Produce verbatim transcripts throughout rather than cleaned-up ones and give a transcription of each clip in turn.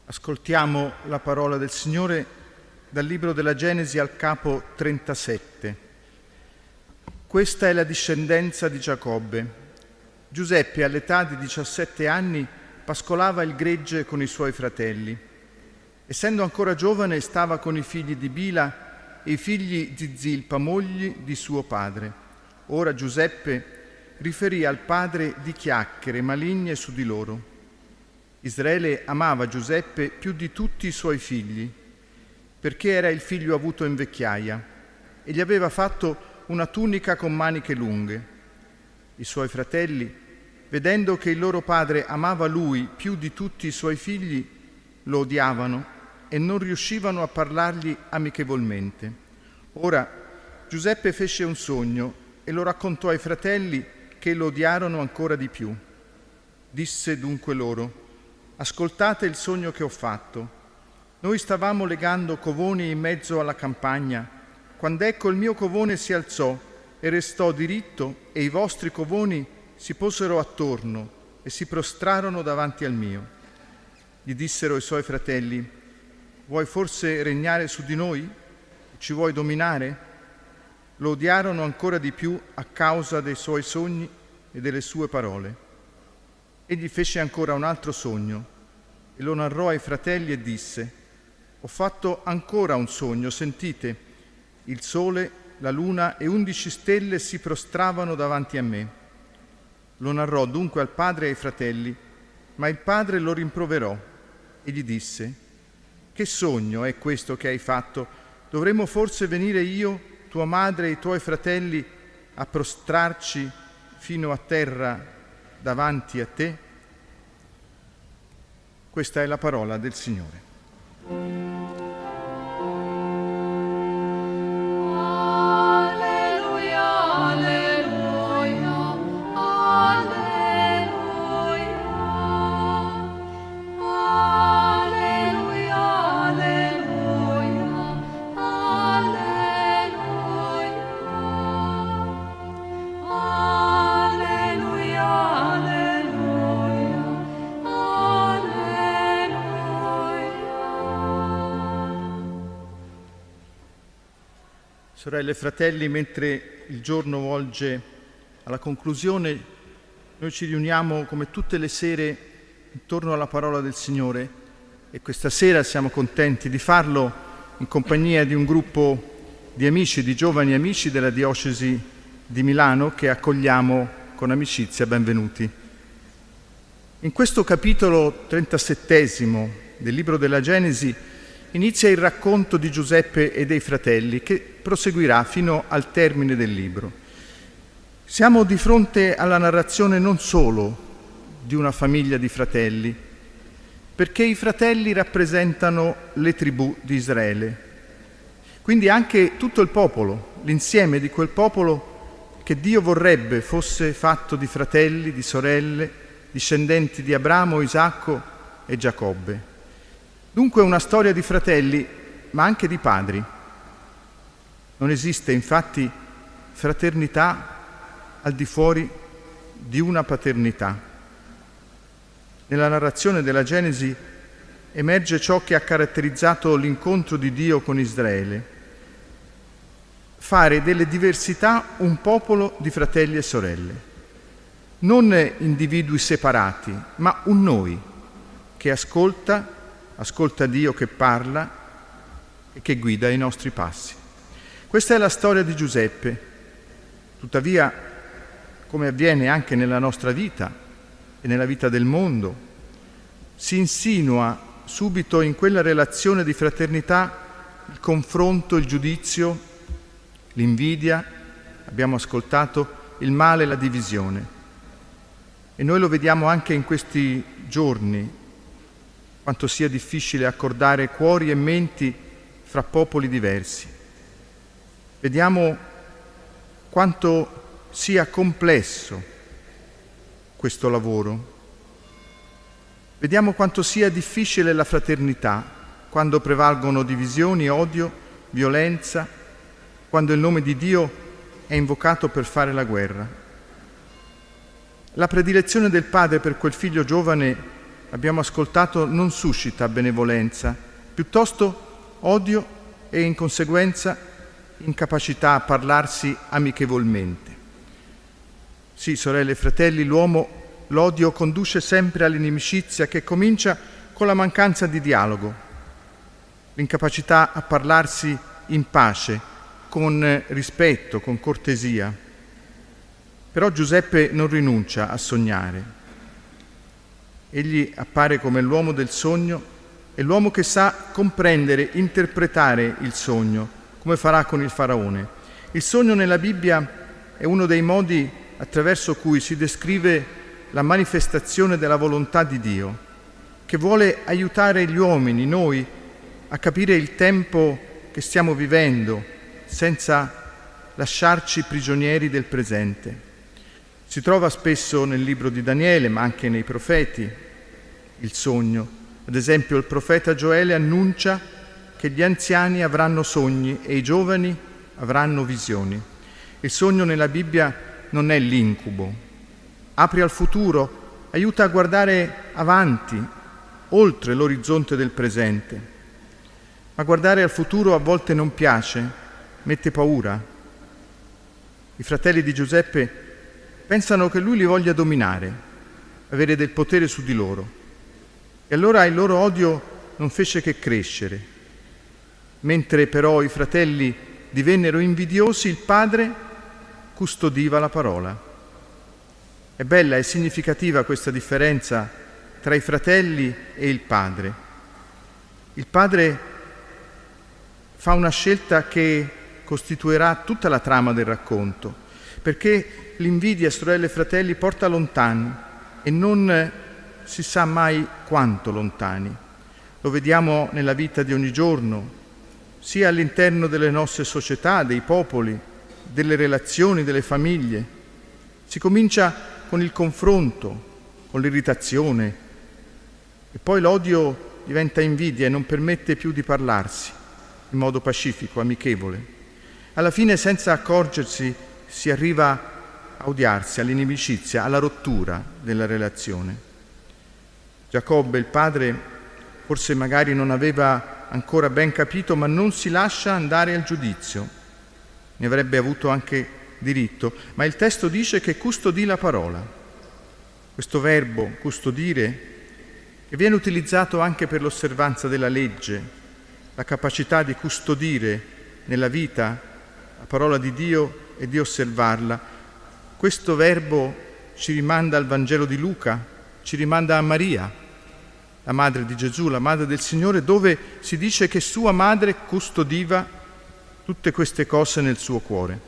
Ascoltiamo la parola del Signore dal libro della Genesi al capo trentasette. Questa è la discendenza di Giacobbe. Giuseppe, all'età di diciassette anni, pascolava il gregge con i suoi fratelli. Essendo ancora giovane, stava con i figli di Bila e i figli di Zilpa, mogli di suo padre. Ora Giuseppe riferì al padre di chiacchiere maligne su di loro. Israele amava Giuseppe più di tutti i suoi figli, perché era il figlio avuto in vecchiaia, e gli aveva fatto una tunica con maniche lunghe. I suoi fratelli, vedendo che il loro padre amava lui più di tutti i suoi figli, lo odiavano e non riuscivano a parlargli amichevolmente. Ora Giuseppe fece un sogno e lo raccontò ai fratelli, che lo odiarono ancora di più. Disse dunque loro: «Ascoltate il sogno che ho fatto. Noi stavamo legando covoni in mezzo alla campagna, quando ecco il mio covone si alzò e restò diritto, e i vostri covoni si posero attorno e si prostrarono davanti al mio». Gli dissero i suoi fratelli: «Vuoi forse regnare su di noi? Ci vuoi dominare?» Lo odiarono ancora di più a causa dei suoi sogni e delle sue parole. Egli fece ancora un altro sogno e lo narrò ai fratelli e disse: «Ho fatto ancora un sogno, sentite, il sole, la luna e undici stelle si prostravano davanti a me». Lo narrò dunque al padre e ai fratelli, ma il padre lo rimproverò e gli disse: «Che sogno è questo che hai fatto? Dovremmo forse venire io, tua madre e i tuoi fratelli a prostrarci fino a terra davanti a te?» Questa è la parola del Signore. Sorelle e fratelli, mentre il giorno volge alla conclusione, noi ci riuniamo come tutte le sere intorno alla parola del Signore, e questa sera siamo contenti di farlo in compagnia di un gruppo di amici, di giovani amici della diocesi di Milano, che accogliamo con amicizia. Benvenuti. In questo capitolo trentasettesimo del libro della Genesi inizia il racconto di Giuseppe e dei fratelli, che proseguirà fino al termine del libro. Siamo di fronte alla narrazione non solo di una famiglia di fratelli, perché i fratelli rappresentano le tribù di Israele, quindi anche tutto il popolo, l'insieme di quel popolo che Dio vorrebbe fosse fatto di fratelli, di sorelle, discendenti di Abramo, Isacco e Giacobbe. Dunque una storia di fratelli, ma anche di padri. Non esiste infatti fraternità al di fuori di una paternità. Nella narrazione della Genesi emerge ciò che ha caratterizzato l'incontro di Dio con Israele: fare delle diversità un popolo di fratelli e sorelle, non individui separati, ma un noi che ascolta, ascolta Dio che parla e che guida i nostri passi. Questa è la storia di Giuseppe. Tuttavia, come avviene anche nella nostra vita e nella vita del mondo, si insinua subito in quella relazione di fraternità il confronto, il giudizio, l'invidia, abbiamo ascoltato, il male e la divisione. E noi lo vediamo anche in questi giorni, quanto sia difficile accordare cuori e menti fra popoli diversi. Vediamo quanto sia complesso questo lavoro. Vediamo quanto sia difficile la fraternità quando prevalgono divisioni, odio, violenza, quando il nome di Dio è invocato per fare la guerra. La predilezione del padre per quel figlio giovane abbiamo ascoltato, non suscita benevolenza, piuttosto odio e in conseguenza incapacità a parlarsi amichevolmente. Sì, sorelle e fratelli, l'uomo, l'odio conduce sempre all'inimicizia che comincia con la mancanza di dialogo, l'incapacità a parlarsi in pace, con rispetto, con cortesia. Però Giuseppe non rinuncia a sognare. Egli appare come l'uomo del sogno e l'uomo che sa comprendere, interpretare il sogno, come farà con il faraone. Il sogno nella Bibbia è uno dei modi attraverso cui si descrive la manifestazione della volontà di Dio, che vuole aiutare gli uomini, noi, a capire il tempo che stiamo vivendo senza lasciarci prigionieri del presente. Si trova spesso nel libro di Daniele, ma anche nei profeti, il sogno. Ad esempio, il profeta Gioele annuncia che gli anziani avranno sogni e i giovani avranno visioni. Il sogno nella Bibbia non è l'incubo. Apre al futuro, aiuta a guardare avanti, oltre l'orizzonte del presente. Ma guardare al futuro a volte non piace, mette paura. I fratelli di Giuseppe pensano che lui li voglia dominare, avere del potere su di loro. E allora il loro odio non fece che crescere. Mentre però i fratelli divennero invidiosi, il padre custodiva la parola. È bella e significativa questa differenza tra i fratelli e il padre. Il padre fa una scelta che costituirà tutta la trama del racconto, perché l'invidia, sorelle e fratelli, porta lontani e non si sa mai quanto lontani. Lo vediamo nella vita di ogni giorno, sia all'interno delle nostre società, dei popoli, delle relazioni, delle famiglie. Si comincia con il confronto, con l'irritazione, e poi l'odio diventa invidia e non permette più di parlarsi in modo pacifico, amichevole. Alla fine, senza accorgersi, si arriva a odiarsi, all'inimicizia, alla rottura della relazione. Giacobbe, il padre, forse magari non aveva ancora ben capito, ma non si lascia andare al giudizio. Ne avrebbe avuto anche diritto, ma il testo dice che custodì la parola. Questo verbo, custodire, che viene utilizzato anche per l'osservanza della legge, la capacità di custodire nella vita la parola di Dio e di osservarla. Questo verbo ci rimanda al Vangelo di Luca, ci rimanda a Maria, la madre di Gesù, la madre del Signore, dove si dice che sua madre custodiva tutte queste cose nel suo cuore.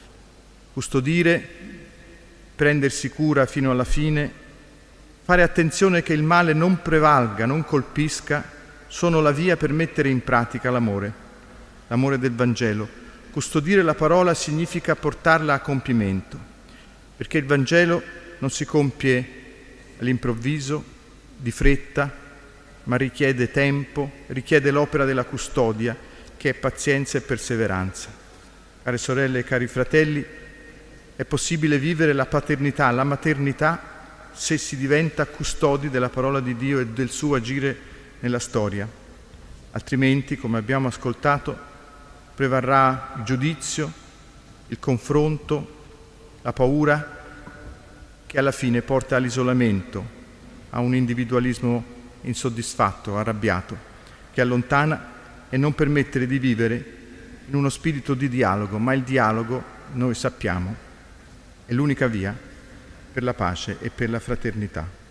Custodire, prendersi cura fino alla fine, fare attenzione che il male non prevalga, non colpisca, sono la via per mettere in pratica l'amore, l'amore del Vangelo. Custodire la parola significa portarla a compimento, perché il Vangelo non si compie all'improvviso, di fretta, ma richiede tempo, richiede l'opera della custodia, che è pazienza e perseveranza. Care sorelle e cari fratelli, è possibile vivere la paternità, la maternità, se si diventa custodi della parola di Dio e del suo agire nella storia. Altrimenti, come abbiamo ascoltato, prevarrà il giudizio, il confronto, la paura, che alla fine porta all'isolamento, a un individualismo insoddisfatto, arrabbiato, che allontana e non permette di vivere in uno spirito di dialogo, ma il dialogo, noi sappiamo, è l'unica via per la pace e per la fraternità.